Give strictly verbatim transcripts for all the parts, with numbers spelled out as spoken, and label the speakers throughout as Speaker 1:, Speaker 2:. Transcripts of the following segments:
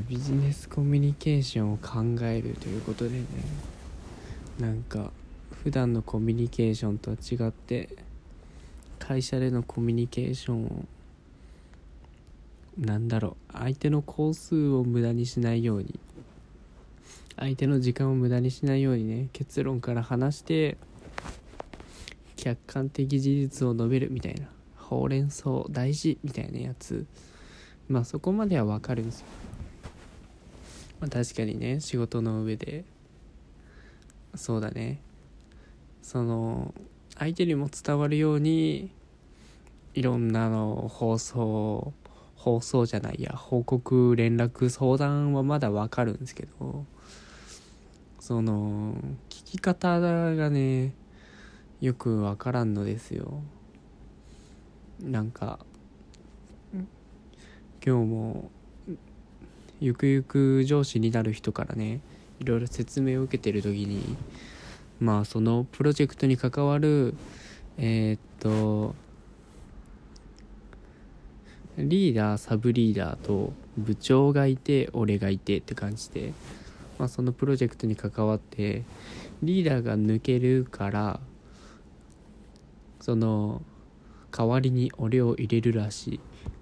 Speaker 1: ビジネスコミュニケーションを考えるということでね、なんか普段のコミュニケーションとは違って会社でのコミュニケーションをなんだろう相手の工数を無駄にしないように相手の時間を無駄にしないようにね、結論から話して客観的事実を述べるみたいな、ほうれん草大事みたいなやつ、まあそこまではわかるんですよ。まあ、確かにね、仕事の上でそうだね、その相手にも伝わるようにいろんなの放送放送じゃないや報告連絡相談はまだわかるんですけど、その聞き方がねよくわからんのですよ。なんか今日もゆくゆく上司になる人からねいろいろ説明を受けてる時に、まあそのプロジェクトに関わるえー、っとリーダーサブリーダーと部長がいて俺がいてって感じで、まあ、そのプロジェクトに関わってリーダーが抜けるからその代わりに俺を入れるらしい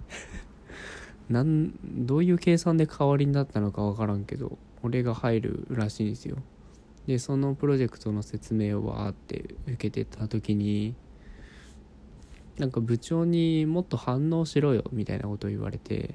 Speaker 1: なんどういう計算で代わりになったのか分からんけど俺が入るらしいんですよ。でそのプロジェクトの説明をわーって受けてた時に、なんか部長にもっと反応しろよみたいなことを言われて、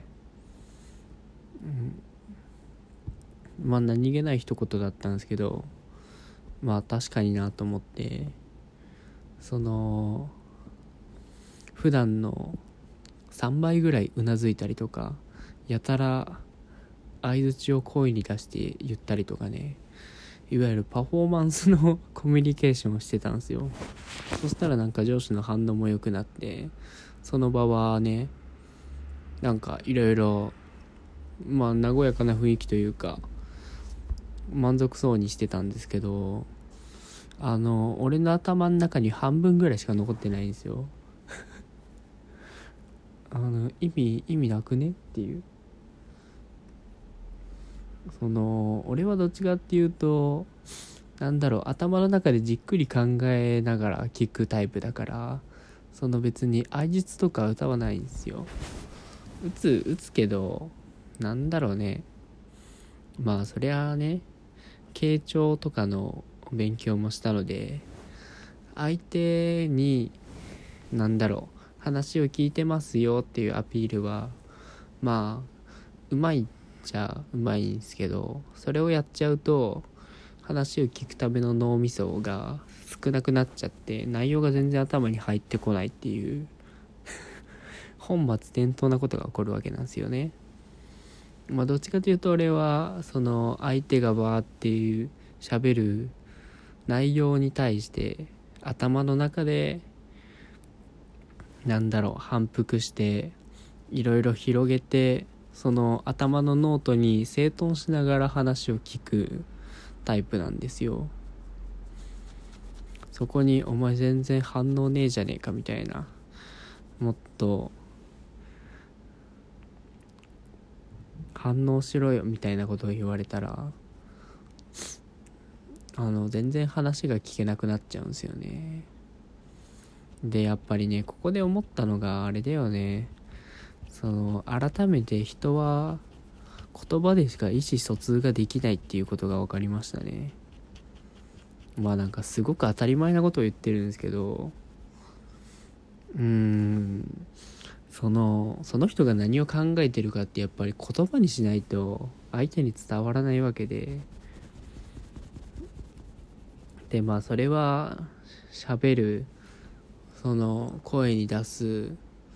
Speaker 1: うん、まあ何気ない一言だったんですけど、まあ確かになと思って、その普段のさんばいぐらいうなずいたりとか、やたら相槌を声に出して言ったりとかね、いわゆるパフォーマンスのコミュニケーションをしてたんですよ。そしたらなんか上司の反応も良くなって、その場はねなんかいろいろまあ和やかな雰囲気というか満足そうにしてたんですけど、あの俺の頭の中に半分ぐらいしか残ってないんですよあの意味意味なくねっていう。その俺はどっちかっていうとなんだろう頭の中でじっくり考えながら聞くタイプだから、その別に相槌とか歌わないんですよ。打つ打つけどなんだろうね、まあそりゃあね傾聴とかの勉強もしたので、相手になんだろう話を聞いてますよっていうアピールはまあうまいじゃうまいんですけど、それをやっちゃうと話を聞くための脳みそが少なくなっちゃって内容が全然頭に入ってこないっていう本末転倒なことが起こるわけなんですよね。まあどっちかというと俺はその相手がバーっていう喋る内容に対して頭の中でなんだろう反復していろいろ広げて、その頭のノートに整頓しながら話を聞くタイプなんですよ。そこにお前全然反応ねえじゃねえかみたいな、もっと反応しろよみたいなことを言われたらあの全然話が聞けなくなっちゃうんですよね。でやっぱりねここで思ったのがあれだよね、その改めて人は言葉でしか意思疎通ができないっていうことが分かりましたね。まあなんかすごく当たり前なことを言ってるんですけど、うーんそのその人が何を考えてるかってやっぱり言葉にしないと相手に伝わらないわけで、でまあそれは喋るその声に出す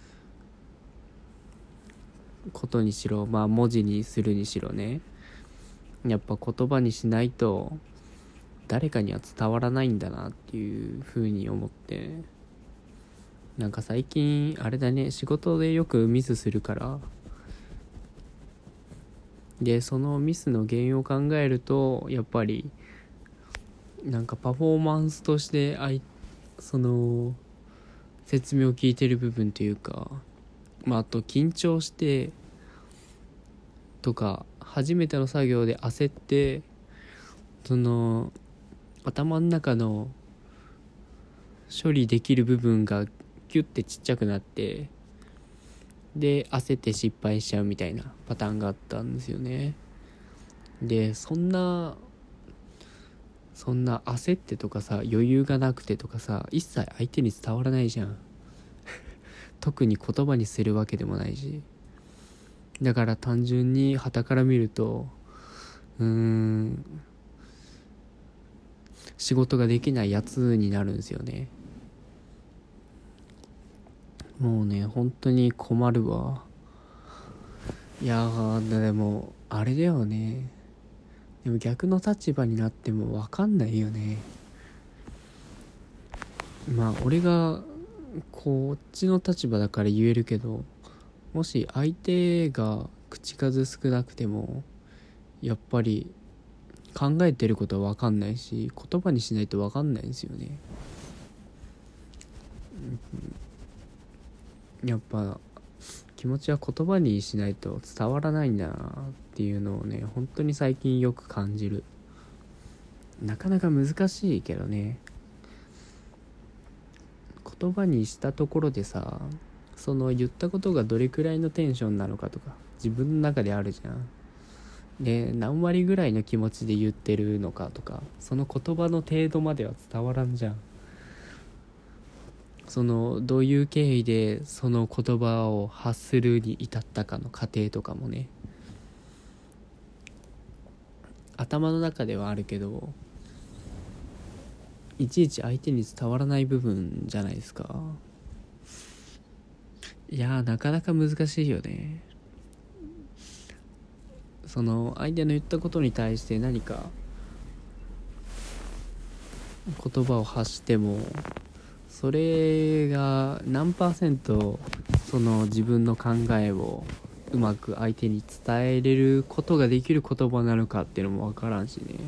Speaker 1: ことにしろ、まあ文字にするにしろね、やっぱ言葉にしないと誰かには伝わらないんだなっていう風に思って、なんか最近あれだね、仕事でよくミスするから、でそのミスの原因を考えるとやっぱりなんかパフォーマンスとしてあいその説明を聞いてる部分というか、まああと緊張してとか初めての作業で焦って、その頭の中の処理できる部分がキュッてちっちゃくなって、で焦って失敗しちゃうみたいなパターンがあったんですよね。でそんなそんな焦ってとかさ、余裕がなくてとかさ、一切相手に伝わらないじゃん特に言葉にするわけでもないし。だから単純に傍から見ると、うーん仕事ができないやつになるんですよね。もうね、本当に困るわ。いやー、でもあれだよね。でも逆の立場になっても分かんないよね。まあ俺がこっちの立場だから言えるけど、もし相手が口数少なくてもやっぱり考えてることは分かんないし、言葉にしないと分かんないんですよね。やっぱ気持ちは言葉にしないと伝わらないんだなっていうのをね、本当に最近よく感じる。なかなか難しいけどね、言葉にしたところでさ、その言ったことがどれくらいのテンションなのかとか自分の中であるじゃん。で何割ぐらいの気持ちで言ってるのかとか、その言葉の程度までは伝わらんじゃん。そのどういう経緯でその言葉を発するに至ったかの過程とかもね、頭の中ではあるけどいちいち相手に伝わらない部分じゃないですか。いやー、なかなか難しいよね。その相手の言ったことに対して何か言葉を発しても、それが何パーセントその自分の考えをうまく相手に伝えれることができる言葉なのかっていうのも分からんしね。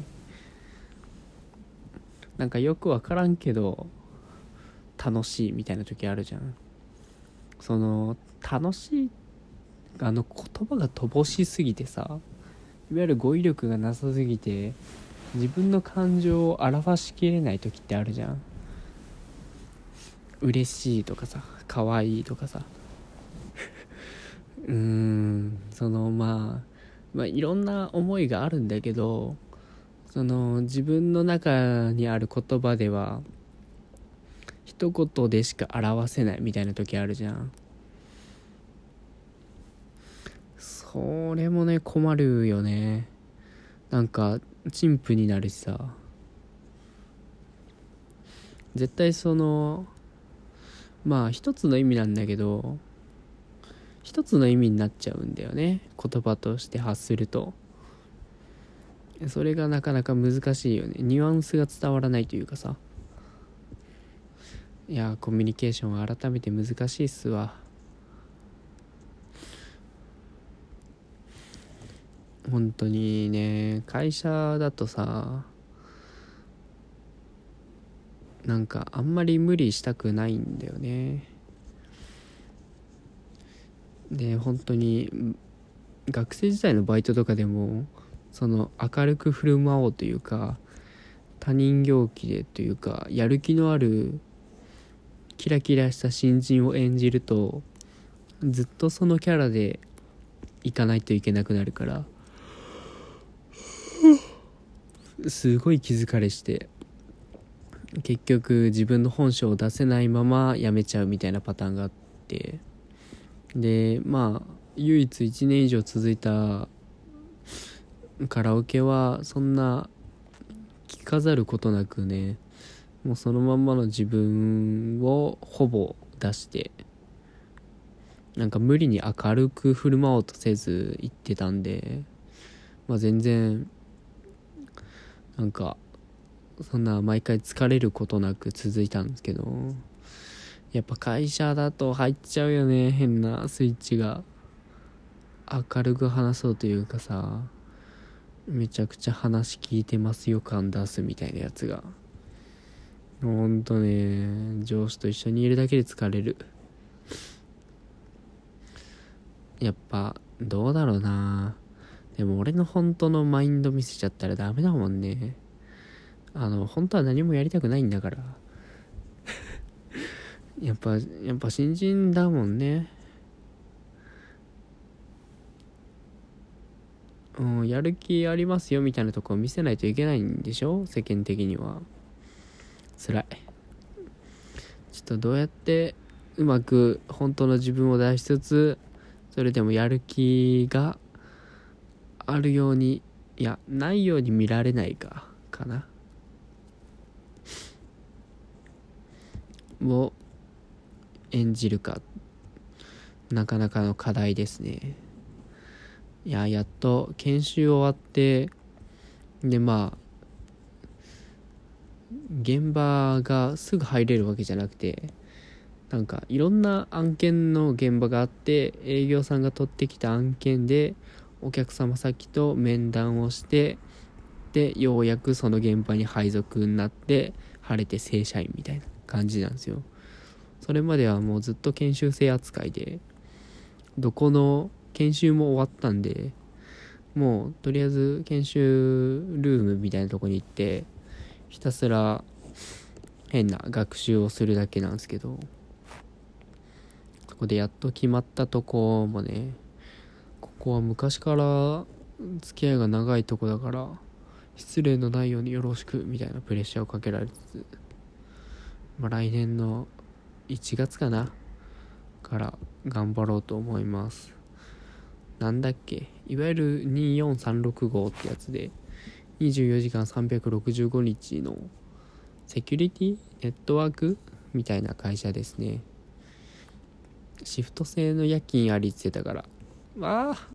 Speaker 1: なんかよく分からんけど楽しいみたいな時あるじゃん。その楽しい、あの言葉が乏しすぎてさ、いわゆる語彙力がなさすぎて自分の感情を表しきれない時ってあるじゃん。嬉しいとかさ、可愛いとかさうーんそのまあまあいろんな思いがあるんだけど、その自分の中にある言葉では一言でしか表せないみたいな時あるじゃん。それもね困るよね。なんか陳腐になるしさ、絶対そのまあ一つの意味なんだけど一つの意味になっちゃうんだよね、言葉として発すると。それがなかなか難しいよね。ニュアンスが伝わらないというかさ。いやコミュニケーションは改めて難しいっすわ。本当にね、会社だとさ、なんかあんまり無理したくないんだよね。で本当に学生時代のバイトとかでも、その明るく振る舞おうというか、他人行儀でというか、やる気のあるキラキラした新人を演じるとずっとそのキャラでいかないといけなくなるから、すごい気疲れして、結局自分の本性を出せないまま辞めちゃうみたいなパターンがあって、でまあ唯一いちねん以上続いたカラオケはそんな着飾ることなくね、もうそのまんまの自分をほぼ出して、なんか無理に明るく振る舞おうとせず行ってたんで、まあ全然なんかそんな毎回疲れることなく続いたんですけど、やっぱ会社だと入っちゃうよね、変なスイッチが。明るく話そうというかさ、めちゃくちゃ話聞いてますよ感出すみたいなやつが、ほんとね、上司と一緒にいるだけで疲れる。やっぱどうだろうな。 でも俺の本当のマインド見せちゃったらダメだもんね。あの本当は何もやりたくないんだからやっぱやっぱ新人だもんね。うん、やる気ありますよみたいなとこを見せないといけないんでしょ、世間的には。辛い。ちょっとどうやってうまく本当の自分を出しつつ、それでもやる気があるように、いやないように見られないかかなを演じるか、なかなかの課題ですね。いややっと研修終わって、でまあ現場がすぐ入れるわけじゃなくて、なんかいろんな案件の現場があって、営業さんが取ってきた案件でお客様先と面談をして、でようやくその現場に配属になって晴れて正社員みたいな感じなんですよ。それまではもうずっと研修生扱いで、どこの研修も終わったんで、もうとりあえず研修ルームみたいなとこに行ってひたすら変な学習をするだけなんですけど、そこでやっと決まったとこもね、ここは昔から付き合いが長いとこだから失礼のないようによろしくみたいなプレッシャーをかけられつつ、まあ、来年のいちがつかなから頑張ろうと思います。なんだっけ、いわゆるによんさんろく号ってやつでにじゅうよじかんさんびゃくろくじゅうごにちのセキュリティネットワークみたいな会社ですね。シフト制の夜勤ありって言ってたから、わあ